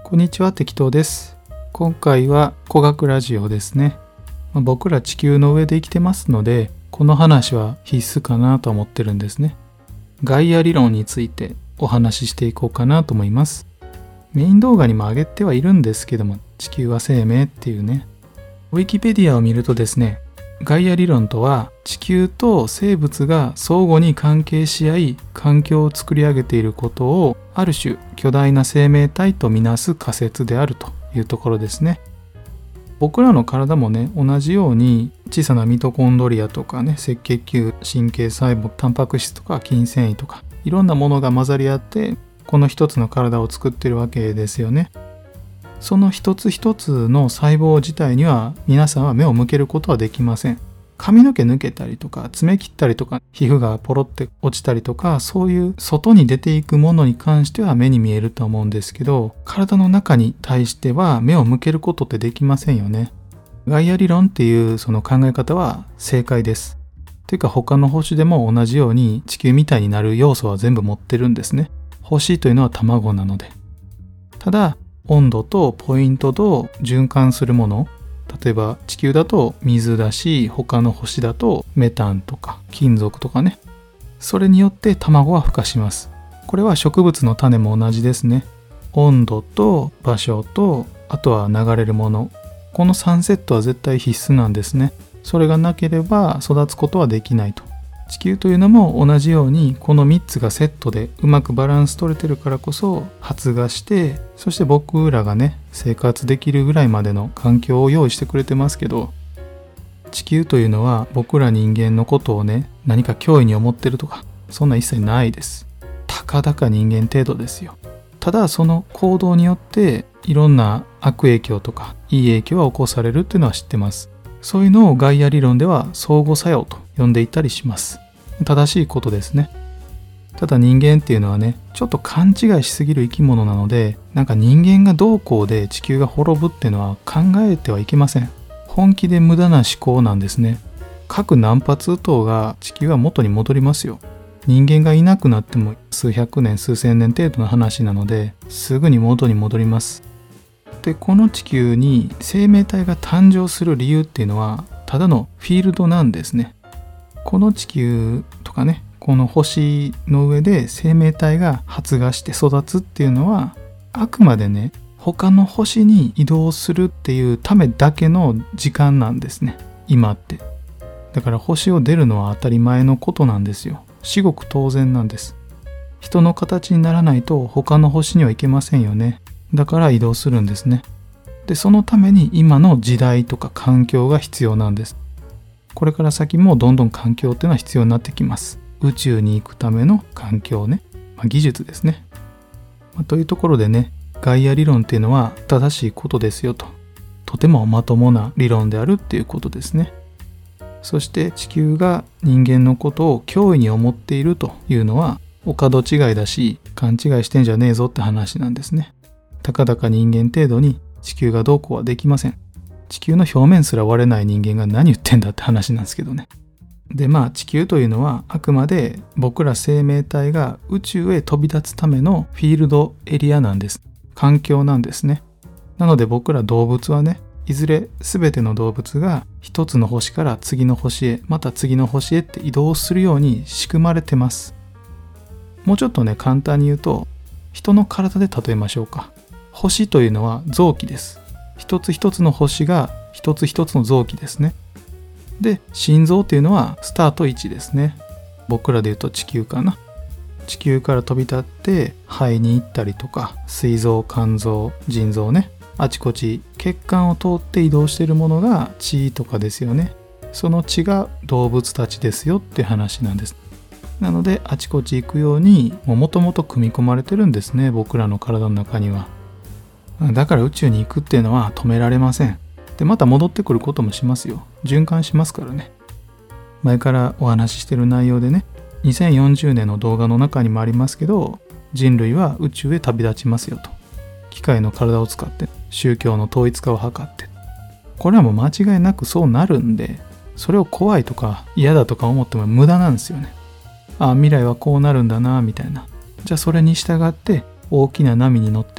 こんにちは、適当です。今回は古学ラジオですね。僕ら地球の上で生きてますので、この話は必須かなと思ってるんですね。ガイア理論についてお話ししていこうかなと思います。メイン動画にも上げてはいるんですけども、地球は生命っていうね。ウィキペディアを見るとですね、ガイア理論とは地球と生物が相互に関係し合い環境を作り上げていることをある種巨大な生命体とみなす仮説であるというところですね。僕らの体もね、同じように小さなミトコンドリアとかね、赤血球、神経細胞、タンパク質とか筋繊維とかいろんなものが混ざり合ってこの一つの体を作っているわけですよね。その一つ一つの細胞自体には皆さんは目を向けることはできません。髪の毛抜けたりとか爪切ったりとか皮膚がポロって落ちたりとか、そういう外に出ていくものに関しては目に見えると思うんですけど、体の中に対しては目を向けることってできませんよね。ガイア理論っていうその考え方は正解です。というか他の星でも同じように地球みたいになる要素は全部持ってるんですね。星というのは卵なので。ただ温度とポイントと循環するもの、例えば地球だと水だし、他の星だとメタンとか金属とかね、それによって卵は孵化します。これは植物の種も同じですね。温度と場所と、あとは流れるもの、この3セットは絶対必須なんですね。それがなければ育つことはできないと。地球というのも同じようにこの3つがセットでうまくバランス取れてるからこそ発芽して、そして僕らがね生活できるぐらいまでの環境を用意してくれてますけど、地球というのは僕ら人間のことをね何か脅威に思ってるとかそんな一切ないです。たかだか人間程度ですよ。ただその行動によっていろんな悪影響とかいい影響が起こされるっていうのは知ってます。そういうのをガイア理論では相互作用と呼んでいたりします。正しいことですね。ただ人間っていうのはね、ちょっと勘違いしすぎる生き物なので、なんか人間がどうこうで地球が滅ぶっていうのは考えてはいけません。本気で無駄な思考なんですね。核何発撃とうが地球は元に戻りますよ。人間がいなくなっても数百年数千年程度の話なので、すぐに元に戻ります。で、この地球に生命体が誕生する理由っていうのはただのフィールドなんですね。この地球とかね、この星の上で生命体が発芽して育つっていうのはあくまでね、他の星に移動するっていうためだけの時間なんですね、今って。だから星を出るのは当たり前のことなんですよ。至極当然なんです。人の形にならないと他の星には行けませんよね。だから移動するんですね。で、そのために今の時代とか環境が必要なんです。これから先もどんどん環境っていうのは必要になってきます。宇宙に行くための環境ね、技術ですね。というところでね、ガイア理論っていうのは正しいことですよと。とてもまともな理論であるっていうことですね。そして地球が人間のことを脅威に思っているというのはお門違いだし、勘違いしてんじゃねえぞって話なんですね。たかだか人間程度に地球がどうこうはできません。地球の表面すら割れない人間が何言ってんだって話なんですけどね。で、地球というのはあくまで僕ら生命体が宇宙へ飛び立つためのフィールドエリアなんです。環境なんですね。なので僕ら動物はね、いずれ全ての動物が一つの星から次の星へ、また次の星へって移動するように仕組まれてます。もうちょっとね、簡単に言うと、人の体で例えましょうか。星というのは臓器です。一つ一つの星が一つ一つの臓器ですね。で、心臓というのはスタート位置ですね。僕らで言うと地球かな。地球から飛び立って肺に行ったりとか、膵臓、肝臓、腎臓ね、あちこち血管を通って移動しているものが血とかですよね。その血が動物たちですよって話なんです。なのであちこち行くようにもともと組み込まれてるんですね、僕らの体の中には。だから宇宙に行くっていうのは止められません。で、また戻ってくることもしますよ。循環しますからね。前からお話ししてる内容でね、2040年の動画の中にもありますけど、人類は宇宙へ旅立ちますよと。機械の体を使って宗教の統一化を図って。これはもう間違いなくそうなるんで、それを怖いとか嫌だとか思っても無駄なんですよね。未来はこうなるんだなみたいな。じゃあそれに従って大きな波に乗って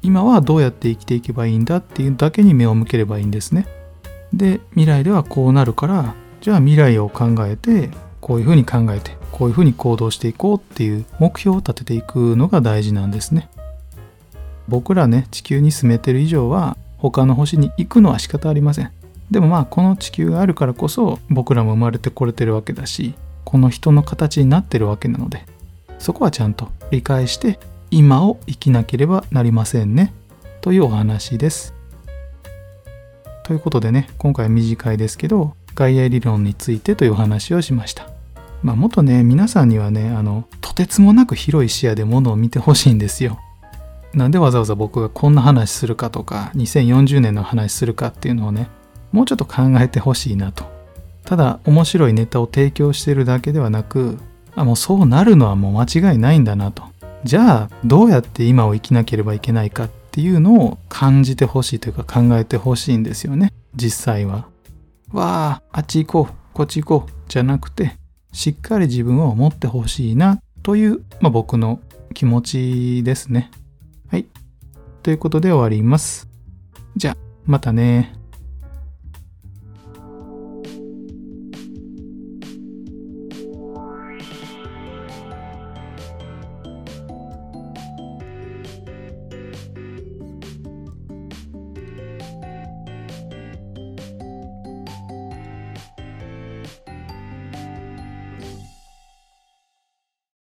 今はどうやって生きていけばいいんだっていうだけに目を向ければいいんですね。で、未来ではこうなるから、じゃあ未来を考えて、こういうふうに考えて、こういうふうに行動していこうっていう目標を立てていくのが大事なんですね。僕らね、地球に住めてる以上は、他の星に行くのは仕方ありません。でもこの地球があるからこそ、僕らも生まれてこれてるわけだし、この人の形になってるわけなので、そこはちゃんと理解して、今を生きなければなりませんね。というお話です。ということでね、今回は短いですけど、ガイア理論についてというお話をしました。もっとね、皆さんにはね、とてつもなく広い視野でものを見てほしいんですよ。なんでわざわざ僕がこんな話するかとか、2040年の話するかっていうのをね、もうちょっと考えてほしいなと。ただ、面白いネタを提供しているだけではなく、もうそうなるのはもう間違いないんだなと。じゃあ、どうやって今を生きなければいけないかっていうのを感じてほしいというか考えてほしいんですよね、実際は。わあ、あっち行こう、こっち行こう、じゃなくて、しっかり自分を持ってほしいなという、僕の気持ちですね。はい。ということで終わります。じゃあ、またね。